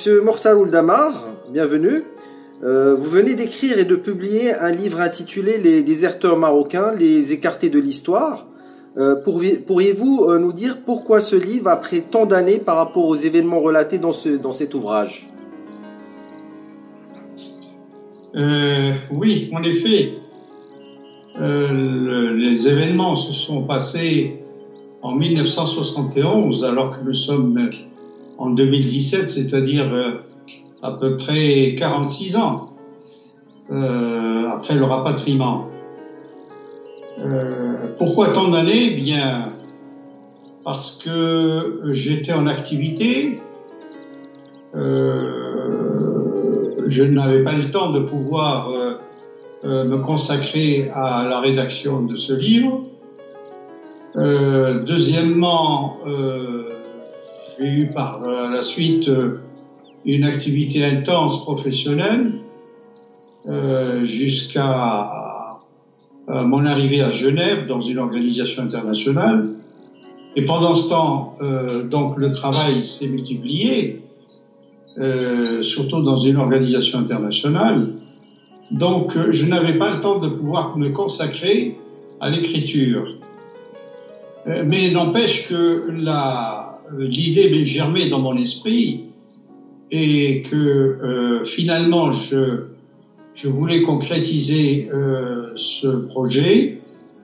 Monsieur Mortaroul Damar, bienvenue. Vous venez d'écrire et de publier un livre intitulé Les déserteurs marocains, les écartés de l'histoire. Pourriez-vous nous dire pourquoi ce livre après tant d'années par rapport aux événements relatés dans cet ouvrage? Oui, en effet, les événements se sont passés en 1971, alors que nous sommes en 2017, c'est-à-dire à peu près 46 ans après le rapatriement. Pourquoi tant d'années? Eh bien, parce que j'étais en activité, je n'avais pas le temps de pouvoir me consacrer à la rédaction de ce livre. Deuxièmement, j'ai eu par la suite une activité intense professionnelle jusqu'à mon arrivée à Genève dans une organisation internationale. Et pendant ce temps, donc le travail s'est multiplié, surtout dans une organisation internationale. Donc, je n'avais pas le temps de pouvoir me consacrer à l'écriture. Mais n'empêche que l'idée germait dans mon esprit et que finalement je voulais concrétiser ce projet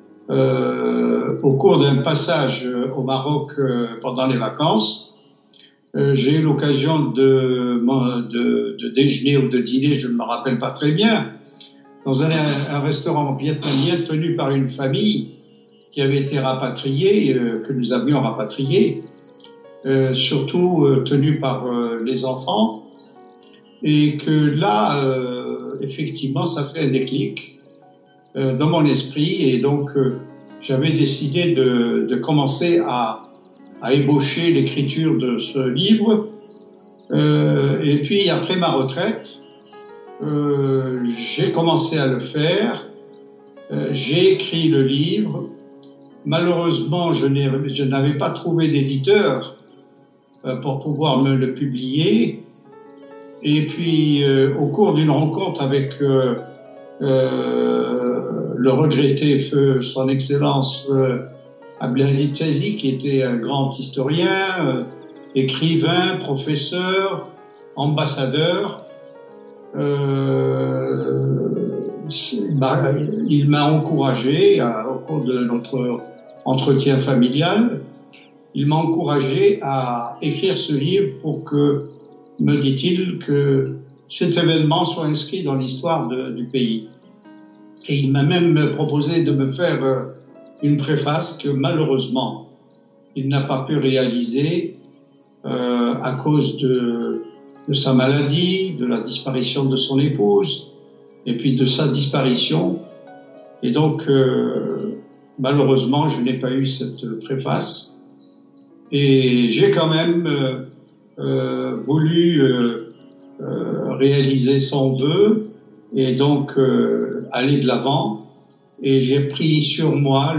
au cours d'un passage au Maroc pendant les vacances. J'ai eu l'occasion de déjeuner ou de dîner, je ne me rappelle pas très bien, dans un restaurant vietnamien tenu par une famille qui avait été rapatriée, que nous avions rapatriée, surtout tenu par les enfants, et que là, effectivement, ça fait un déclic dans mon esprit, et donc j'avais décidé de commencer à ébaucher l'écriture de ce livre. Et puis, après ma retraite, j'ai commencé à le faire. J'ai écrit le livre. Malheureusement, je n'avais pas trouvé d'éditeur pour pouvoir me le publier. Et puis, au cours d'une rencontre avec le regretté feu Son Excellence Abdelhadi Tsazi, qui était un grand historien, écrivain, professeur, ambassadeur, il m'a encouragé au cours de notre entretien familial, il m'a encouragé à écrire ce livre pour que, me dit-il, que cet événement soit inscrit dans l'histoire du pays. Et il m'a même proposé de me faire une préface que malheureusement il n'a pas pu réaliser à cause de sa maladie, de la disparition de son épouse et puis de sa disparition. Et donc malheureusement je n'ai pas eu cette préface, et j'ai quand même voulu réaliser son vœu et donc aller de l'avant. Et j'ai pris sur moi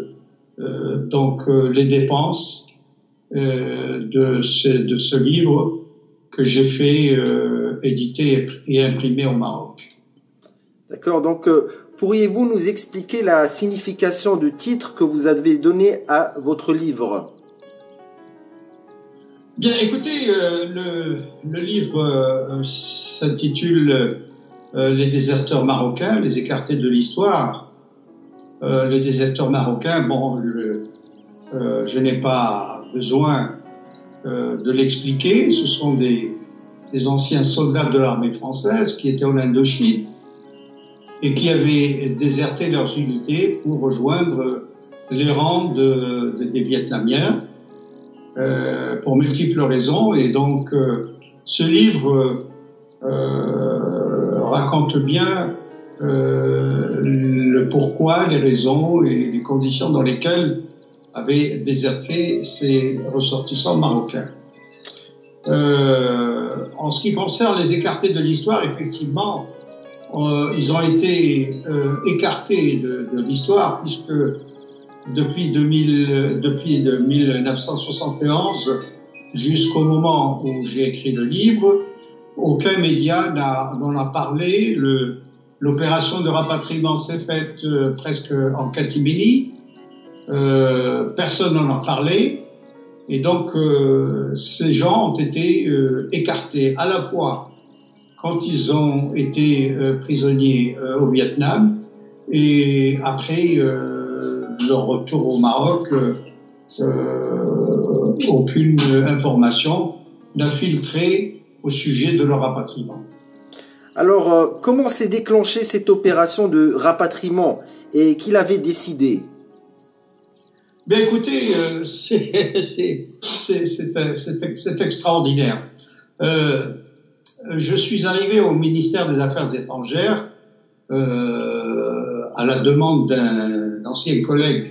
les dépenses de ce livre que j'ai fait éditer et imprimer au Maroc. D'accord, donc pourriez-vous nous expliquer la signification du titre que vous avez donné à votre livre? Bien, écoutez, le livre s'intitule Les déserteurs marocains, les écartés de l'histoire. Les déserteurs marocains, bon, je n'ai pas besoin de l'expliquer. Ce sont des anciens soldats de l'armée française qui étaient en Indochine et qui avaient déserté leurs unités pour rejoindre les rangs des Vietnamiens pour multiples raisons. Et donc, ce livre raconte bien le pourquoi, les raisons et les conditions dans lesquelles avaient déserté ces ressortissants marocains. En ce qui concerne les écartés de l'histoire, effectivement, ils ont été écartés de l'histoire, puisque depuis 1971, jusqu'au moment où j'ai écrit le livre, aucun média n'en a parlé. L'opération de rapatriement s'est faite presque en catimini. Personne n'en a parlé. Et donc, ces gens ont été écartés à la fois quand ils ont été prisonniers au Vietnam et après leur retour au Maroc. Aucune information n'a filtré au sujet de leur rapatriement. Alors, comment s'est déclenchée cette opération de rapatriement et qui l'avait décidé? Bien, écoutez, c'est extraordinaire. Je suis arrivé au ministère des Affaires étrangères à la demande d'un ancien collègue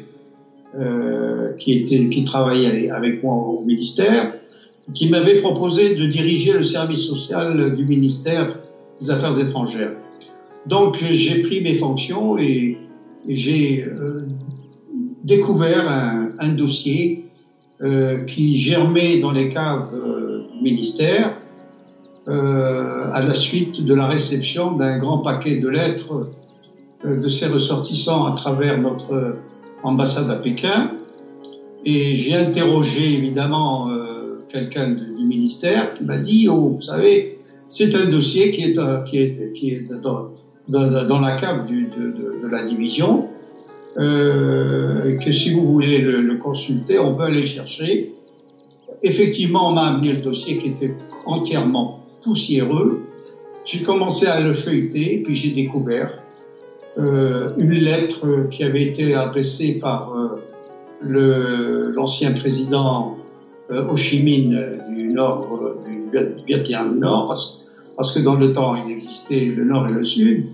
qui travaillait avec moi au ministère, qui m'avait proposé de diriger le service social du ministère des Affaires étrangères. Donc j'ai pris mes fonctions et j'ai découvert un dossier qui germait dans les caves du ministère à la suite de la réception d'un grand paquet de lettres de ses ressortissants à travers notre ambassade à Pékin. Et j'ai interrogé évidemment quelqu'un du ministère qui m'a dit, oh, vous savez, c'est un dossier qui est dans la cave de la division, que si vous voulez le consulter, on peut aller le chercher. Effectivement, on m'a amené le dossier qui était entièrement poussiéreux. J'ai commencé à le feuilleter, puis j'ai découvert une lettre qui avait été adressée par l'ancien président Ho Chi Minh du Vietnam du Nord, parce que dans le temps il existait le Nord et le Sud.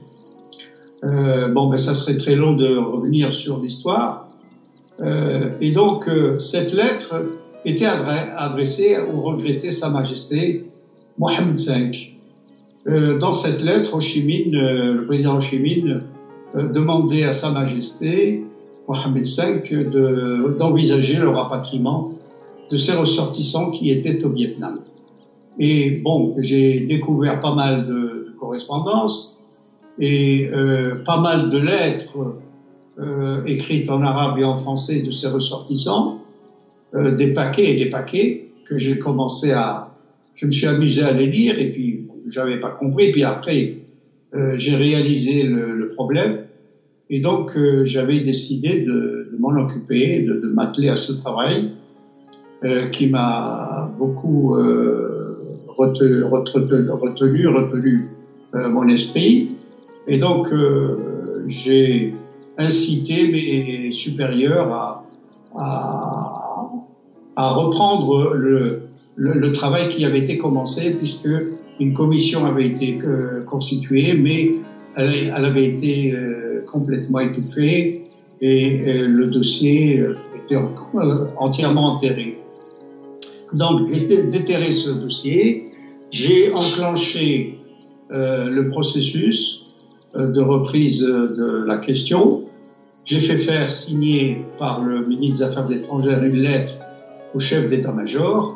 Ça serait très long de revenir sur l'histoire. Et donc cette lettre était adressée au regretté Sa Majesté Mohammed V. Dans cette lettre, Ho Chi Minh, le président Ho Chi Minh demandait à Sa Majesté Mohammed V d'envisager le rapatriement de ses ressortissants qui étaient au Vietnam. Et bon, j'ai découvert pas mal de correspondances et pas mal de lettres écrites en arabe et en français de ses ressortissants, des paquets et des paquets que je me suis amusé à les lire et puis j'avais pas compris. Puis après, j'ai réalisé le problème et donc j'avais décidé de m'en occuper, de m'atteler à ce travail qui m'a beaucoup retenu mon esprit. Et donc j'ai incité mes supérieurs à reprendre le travail qui avait été commencé, puisque une commission avait été constituée, mais elle avait été complètement étouffée et le dossier était entièrement enterré. Donc, j'ai déterré ce dossier, j'ai enclenché le processus de reprise de la question. J'ai fait faire signer par le ministre des Affaires étrangères une lettre au chef d'état-major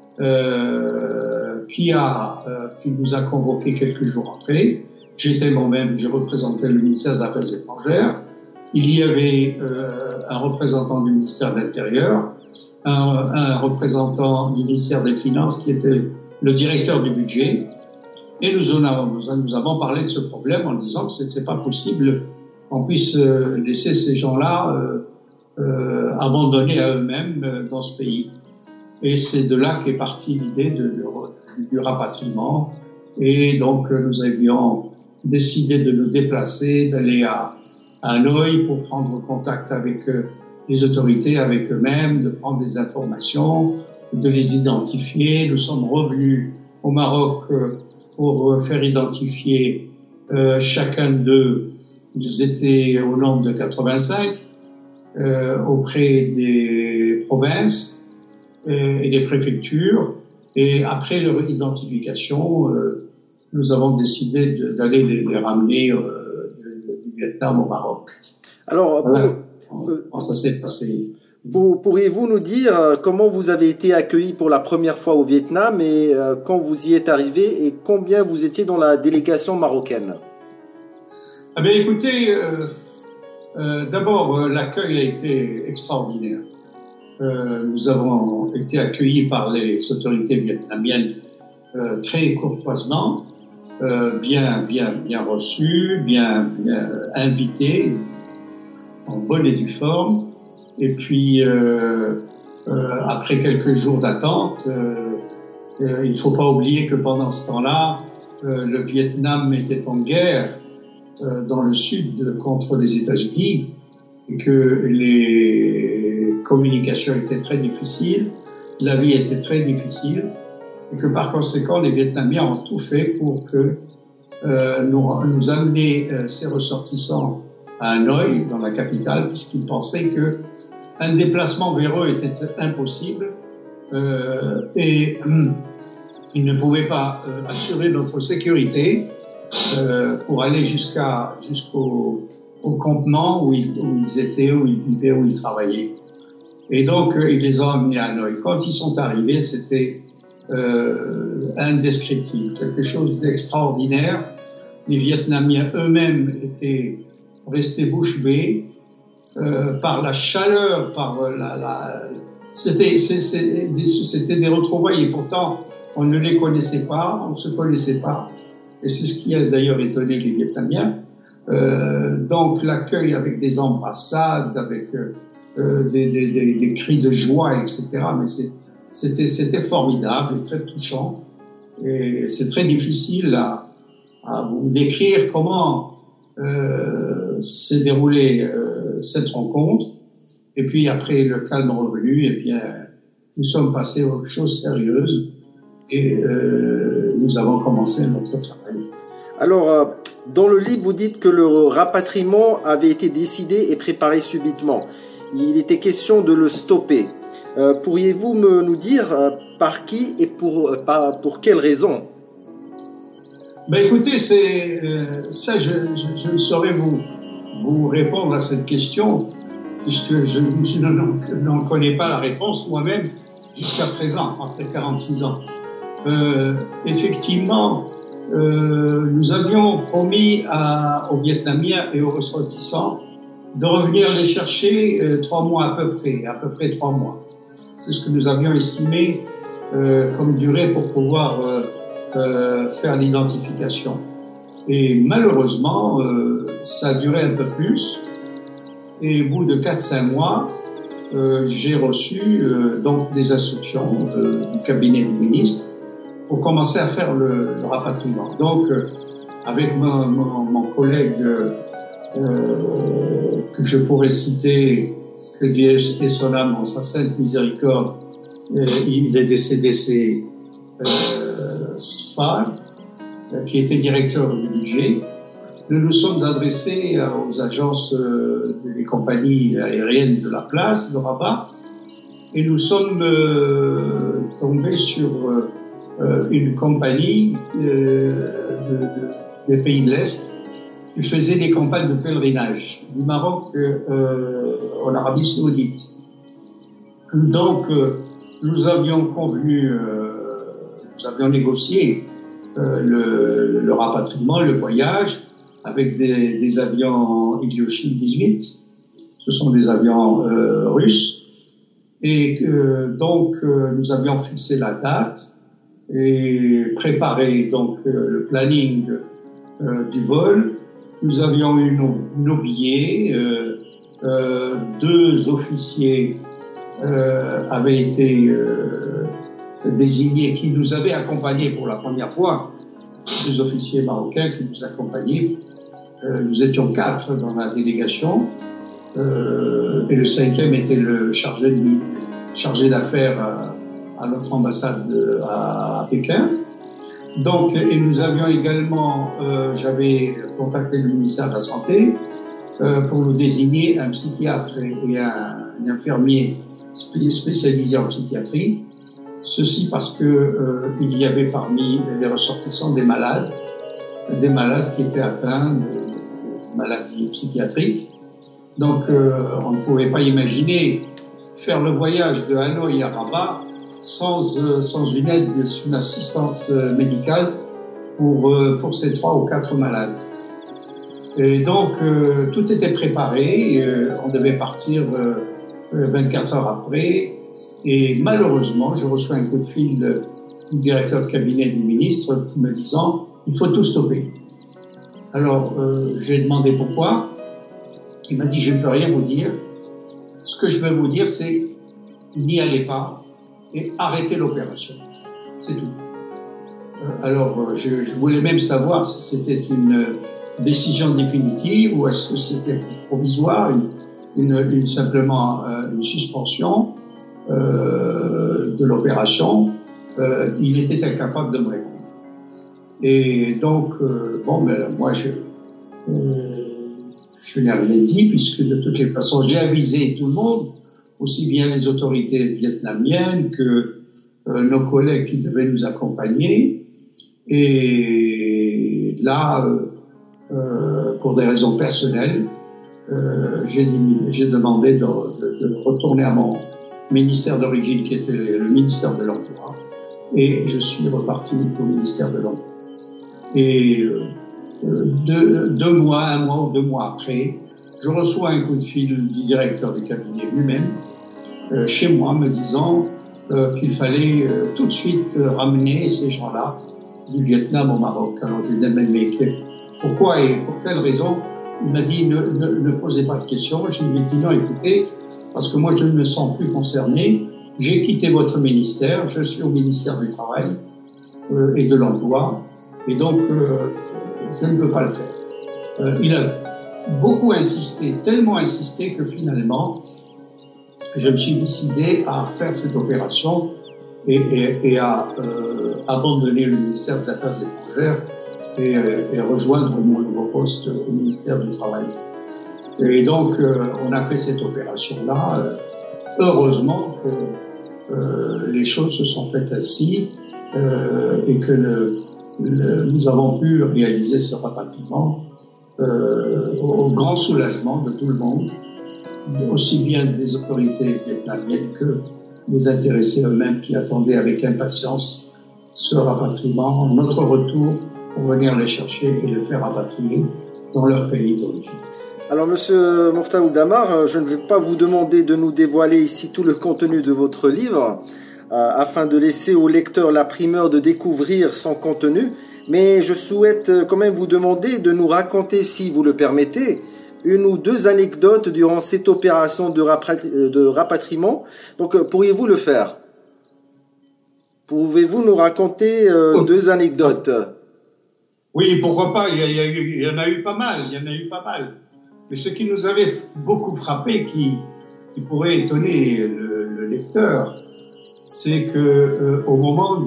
qui nous a convoqués quelques jours après. J'étais moi-même, j'ai représenté le ministère des Affaires étrangères. Il y avait un représentant du ministère de l'Intérieur, un représentant du ministère des Finances qui était le directeur du budget. Et nous avons parlé de ce problème en disant que c'est pas possible qu'on puisse laisser ces gens-là abandonnés à eux-mêmes dans ce pays. Et c'est de là qu'est partie l'idée du rapatriement. Et donc nous avions décidé de nous déplacer, d'aller à Hanoï pour prendre contact avec les autorités, avec eux-mêmes, de prendre des informations, de les identifier. Nous sommes revenus au Maroc pour faire identifier chacun d'eux. Ils étaient au nombre de 85 auprès des provinces et des préfectures. Et après leur identification, nous avons décidé d'aller les ramener du Vietnam au Maroc. Alors, voilà. Comment ça s'est passé? Pourriez-vous nous dire comment vous avez été accueilli pour la première fois au Vietnam et quand vous y êtes arrivé et combien vous étiez dans la délégation marocaine? Eh bien, écoutez, d'abord, l'accueil a été extraordinaire. Nous avons été accueillis par les autorités vietnamiennes très courtoisement, bien reçus, bien invités, en bonne et due forme. Et puis, après quelques jours d'attente, il ne faut pas oublier que pendant ce temps-là, le Vietnam était en guerre dans le sud contre les États-Unis et que les communications étaient très difficiles, la vie était très difficile et que par conséquent, les Vietnamiens ont tout fait pour que nous amener ces ressortissants à Hanoï, dans la capitale, puisqu'ils pensaient que un déplacement vers eux était impossible et ils ne pouvaient pas assurer notre sécurité pour aller jusqu'au campement où ils étaient, où ils vivaient, où ils travaillaient. Et donc, ils les ont amenés à Hanoï. Quand ils sont arrivés, c'était indescriptible, quelque chose d'extraordinaire. Les Vietnamiens eux-mêmes étaient restés bouche bée par la chaleur, c'était des retrouvailles et pourtant on ne les connaissait pas, on ne se connaissait pas. Et c'est ce qui a d'ailleurs étonné les Vietnamiens. Donc l'accueil avec des embrassades, avec des cris de joie, etc. Mais c'était formidable et très touchant. Et c'est très difficile à vous décrire comment s'est déroulée cette rencontre. Et puis après le calme revenu, eh bien, nous sommes passés aux choses sérieuses et nous avons commencé notre travail. Alors, dans le livre, vous dites que le rapatriement avait été décidé et préparé subitement. Il était question de le stopper. Pourriez-vous nous dire par qui et pour quelles raisons? Ben écoutez, ça, je ne saurais vous répondre à cette question, puisque je n'en connais pas la réponse moi-même jusqu'à présent, après 46 ans. Effectivement, nous avions promis aux Vietnamiens et aux ressortissants de revenir les chercher 3 mois à peu près 3 mois. C'est ce que nous avions estimé comme durée pour pouvoir faire l'identification. Et malheureusement, ça a duré un peu plus. Et au bout de 4-5 mois, j'ai reçu donc des instructions du cabinet du ministre pour commencer à faire le rapatriement. Donc, avec mon collègue que je pourrais citer, que Dieu ait son âme en sa sainte miséricorde, il est décédé, c'est Spar, qui était directeur du budget. Nous nous sommes adressés aux agences des compagnies aériennes de la place, de Rabat, et nous sommes tombés sur une compagnie des pays de l'Est qui faisait des campagnes de pèlerinage du Maroc en Arabie Saoudite. Donc, nous avions convenu, nous avions négocié le rapatriement, le voyage, avec des avions Ilyushin 18. Ce sont des avions russes. Et donc, nous avions fixé la date et préparé donc le planning du vol. Nous avions eu nos billets. 2 officiers avaient été désignés, qui nous avaient accompagnés pour la première fois. 2 officiers marocains qui nous accompagnaient. Nous étions 4 dans la délégation. Et le 5e était le chargé d'affaires à notre ambassade à Pékin. Donc, et nous avions également, j'avais contacté le ministère de la Santé pour nous désigner un psychiatre et un infirmier spécialisé en psychiatrie. Ceci parce que il y avait parmi les ressortissants des malades qui étaient atteints de maladies psychiatriques. Donc, on ne pouvait pas imaginer faire le voyage de Hanoï à Rabat sans une aide, une assistance médicale pour ces 3 ou 4 malades. Et donc, tout était préparé. On devait partir 24 heures après. Et malheureusement, je reçois un coup de fil du directeur de cabinet du ministre me disant « il faut tout stopper ». Alors, j'ai demandé pourquoi. Il m'a dit « je ne peux rien vous dire. Ce que je vais vous dire, c'est n'y allez pas et arrêtez l'opération. C'est tout ». Alors, je voulais même savoir si c'était une décision définitive ou est-ce que c'était provisoire, simplement une suspension de l'opération. Il était incapable de me répondre. Et donc, moi, je n'ai rien dit, puisque de toutes les façons, j'ai avisé tout le monde, aussi bien les autorités vietnamiennes que nos collègues qui devaient nous accompagner. Et là, pour des raisons personnelles, j'ai demandé de retourner à mon ministère d'origine, qui était le ministère de l'Emploi, et je suis reparti au ministère de l'Emploi. Et un mois ou 2 mois après, je reçois un coup de fil du directeur du cabinet lui-même, chez moi, me disant qu'il fallait tout de suite ramener ces gens-là du Vietnam au Maroc. Alors je lui ai dit, mais pourquoi et pour quelle raison? Il m'a dit, ne posez pas de questions. Je lui ai dit, non, écoutez, parce que moi je ne me sens plus concerné. J'ai quitté votre ministère, je suis au ministère du Travail et de l'Emploi, et donc je ne peux pas le faire. Il a beaucoup insisté, tellement insisté que finalement, je me suis décidé à faire cette opération et à abandonner le ministère des Affaires étrangères et rejoindre mon nouveau poste au ministère du Travail. Et donc, on a fait cette opération-là. Heureusement que les choses se sont faites ainsi et que nous avons pu réaliser ce rapatriement au grand soulagement de tout le monde, aussi bien des autorités vietnamiennes que des intéressés eux-mêmes qui attendaient avec impatience ce rapatriement, notre retour pour venir les chercher et les faire rapatrier dans leur pays d'origine. Alors, Monsieur Mortaoud Damar, je ne vais pas vous demander de nous dévoiler ici tout le contenu de votre livre, afin de laisser au lecteur la primeur de découvrir son contenu, mais je souhaite quand même vous demander de nous raconter, si vous le permettez, 1 ou 2 anecdotes durant cette opération de rapatriement. Donc, pourriez-vous le faire? Pouvez-vous nous raconter 2 anecdotes? Oui, pourquoi pas, il y en a eu pas mal, Mais ce qui nous avait beaucoup frappé, qui pourrait étonner le lecteur, c'est que au moment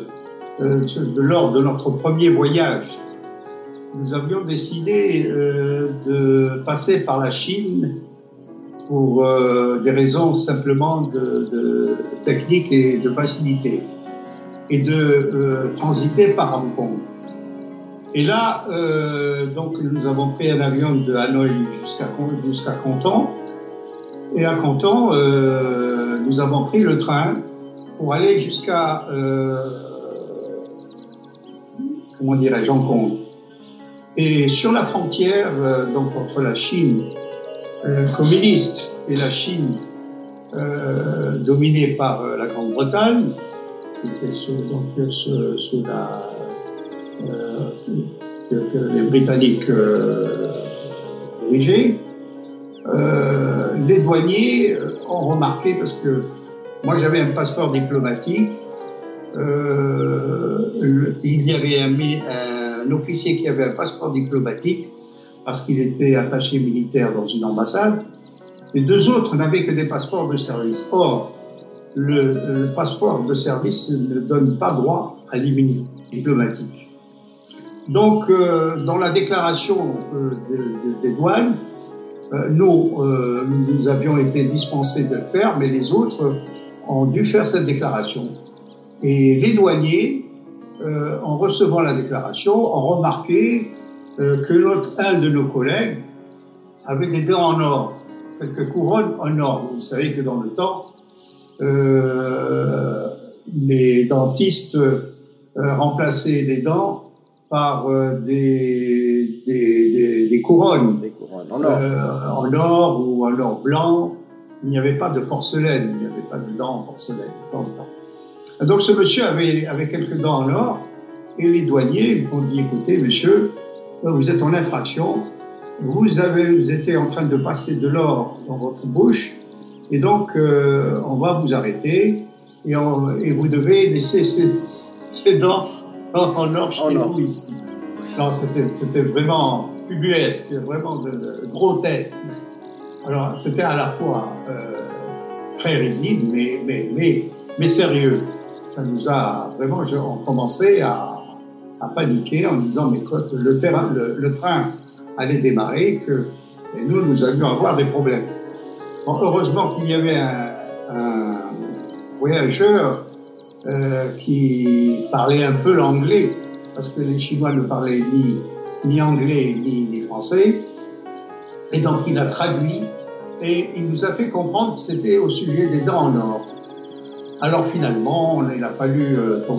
lors de notre premier voyage, nous avions décidé de passer par la Chine pour des raisons simplement de technique et de facilité, et de transiter par Hong Kong. Et là, donc, nous avons pris un avion de Hanoï jusqu'à Canton. Et à Canton, nous avons pris le train pour aller jusqu'à, Hong Kong. Et sur la frontière, donc entre la Chine communiste et la Chine dominée par la Grande-Bretagne, qui était sous la que les Britanniques dirigeaient, les douaniers ont remarqué, parce que moi j'avais un passeport diplomatique, il y avait un officier qui avait un passeport diplomatique parce qu'il était attaché militaire dans une ambassade, et 2 autres n'avaient que des passeports de service. Or, le passeport de service ne donne pas droit à l'immunité diplomatique. Donc, dans la déclaration des douanes, nous avions été dispensés de le faire, mais les autres ont dû faire cette déclaration. Et les douaniers, en recevant la déclaration, ont remarqué que un de nos collègues avait des dents en or. quelques couronnes en or. Vous savez que dans le temps, les dentistes remplaçaient les dents par des couronnes. Des couronnes en or. En or ou en or blanc. Il n'y avait pas de porcelaine, il n'y avait pas de dents en porcelaine. Donc ce monsieur avait quelques dents en or, et les douaniers lui ont dit, écoutez monsieur, vous êtes en infraction, vous étiez en train de passer de l'or dans votre bouche, et donc on va vous arrêter, et vous devez laisser ces dents en or chez vous ici. Non, c'était vraiment ubuesque, vraiment grotesque. Alors, c'était à la fois très risible, mais sérieux. Ça nous a vraiment, on commençait à paniquer en disant, mais quoi, le train allait démarrer, et nous allions avoir des problèmes. Bon, heureusement qu'il y avait un voyageur qui parlait un peu l'anglais, parce que les Chinois ne parlaient ni anglais ni français. Et donc il a traduit et il nous a fait comprendre que c'était au sujet des dents en or. Alors finalement, il a fallu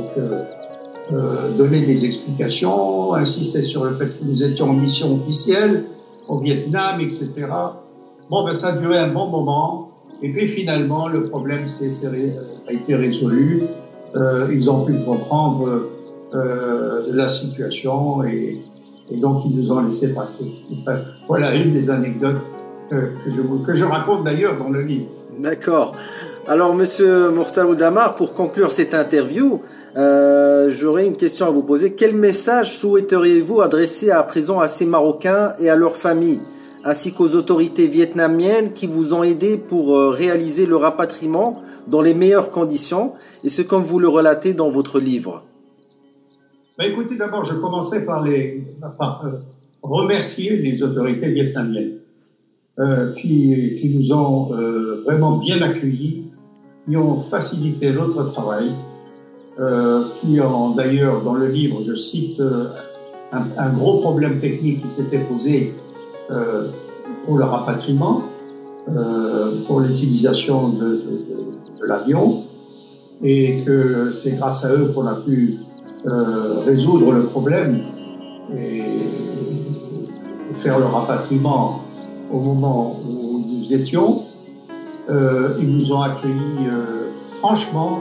donner des explications, insister sur le fait que nous étions en mission officielle au Vietnam, etc. Bon, ça a duré un bon moment. Et puis finalement, le problème a été résolu. Ils ont pu comprendre la situation et donc ils nous ont laissé passer. Enfin, voilà une des anecdotes que je raconte d'ailleurs dans le livre. D'accord. Alors, Monsieur Mortal Oudamar, pour conclure cette interview, j'aurais une question à vous poser. Quel message souhaiteriez-vous adresser à présent à ces Marocains et à leurs familles, ainsi qu'aux autorités vietnamiennes qui vous ont aidé pour réaliser le rapatriement dans les meilleures conditions, et ce comme vous le relatez dans votre livre? Écoutez, d'abord, je commencerai par remercier les autorités vietnamiennes qui nous ont vraiment bien accueillis, qui ont facilité notre travail, qui ont d'ailleurs, dans le livre, je cite un gros problème technique qui s'était posé pour le rapatriement, pour l'utilisation de l'avion, et que c'est grâce à eux qu'on a pu résoudre le problème et faire le rapatriement au moment où nous étions. Ils nous ont accueillis franchement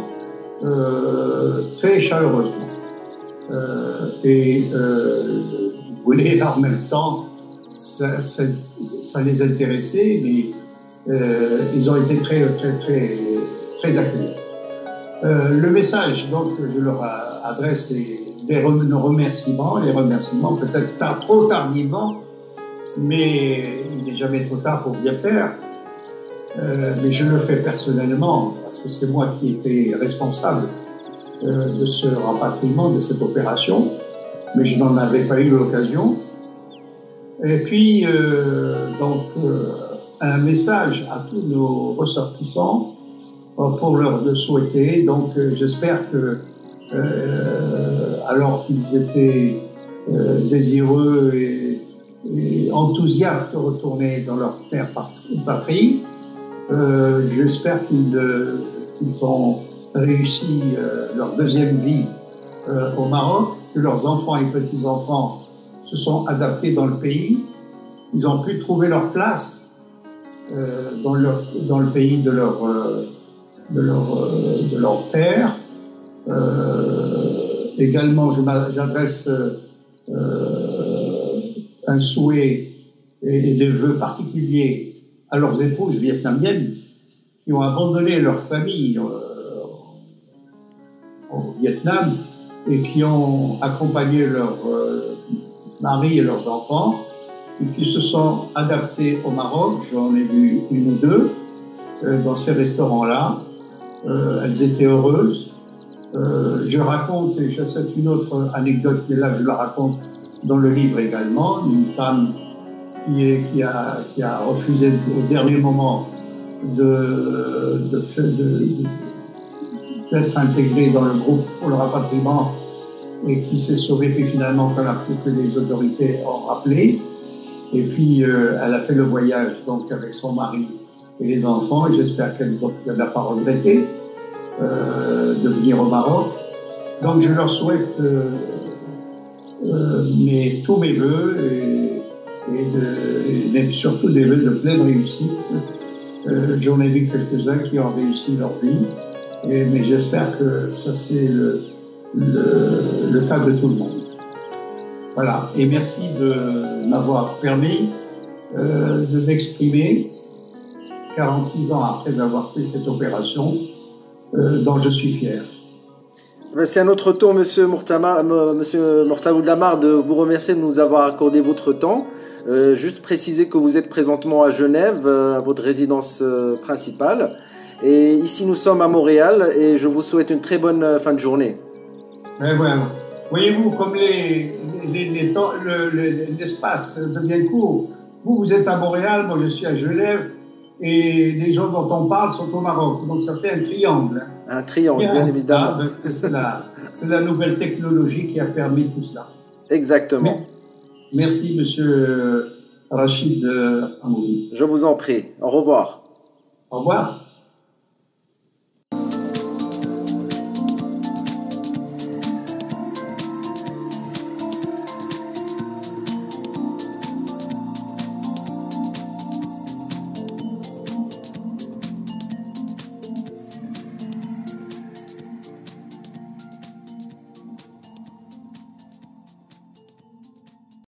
très chaleureusement. Vous voyez, en même temps, ça les intéressait, mais ils ont été très accueillis. Le message donc que je leur adresse est nos remerciements, les remerciements peut-être trop tardivement, mais il n'est jamais trop tard pour bien faire. Mais je le fais personnellement parce que c'est moi qui étais responsable de ce rapatriement, de cette opération, mais je n'en avais pas eu l'occasion. Et puis un message à tous nos ressortissants pour leur souhaiter. Donc j'espère que alors qu'ils étaient désireux et enthousiastes de retourner dans leur terre patrie, j'espère qu'ils ont réussi leur deuxième vie au Maroc, que leurs enfants et petits-enfants se sont adaptés dans le pays, ils ont pu trouver leur place dans le pays de leur terre. Également, j'adresse un souhait et des vœux particuliers à leurs épouses vietnamiennes qui ont abandonné leur famille au Vietnam et qui ont accompagné leurs maris et leurs enfants et qui se sont adaptés au Maroc. J'en ai vu une ou deux dans ces restaurants-là. Elles étaient heureuses. Je raconte, et c'est une autre anecdote, mais là je la raconte dans le livre également, une femme qui a refusé au dernier moment d'être intégrée dans le groupe pour le rapatriement et qui s'est sauvée, puis finalement que les autorités ont rappelé. Et puis, elle a fait le voyage donc avec son mari et les enfants. Et j'espère qu'elle n'a pas regretté de venir au Maroc. Donc, je leur souhaite tous mes vœux et surtout des vœux de pleine réussite. J'en ai vu quelques-uns qui ont réussi leur vie, mais j'espère que ça c'est le cas de tout le monde. Voilà, et merci de m'avoir permis de m'exprimer 46 ans après avoir fait cette opération dont je suis fier. C'est à notre tour, Monsieur Mortaoud Lamar, de vous remercier de nous avoir accordé votre temps. Juste préciser que vous êtes présentement à Genève, à votre résidence principale. Et ici, nous sommes à Montréal et je vous souhaite une très bonne fin de journée. Voilà. Voyez-vous, comme l'espace devient court, vous êtes à Montréal, moi je suis à Genève, et les gens dont on parle sont au Maroc. Donc ça fait un triangle. Un triangle, bien évidemment. C'est la nouvelle technologie qui a permis tout cela. Exactement. Merci, Monsieur Rachid Amouri. Je vous en prie. Au revoir. Au revoir.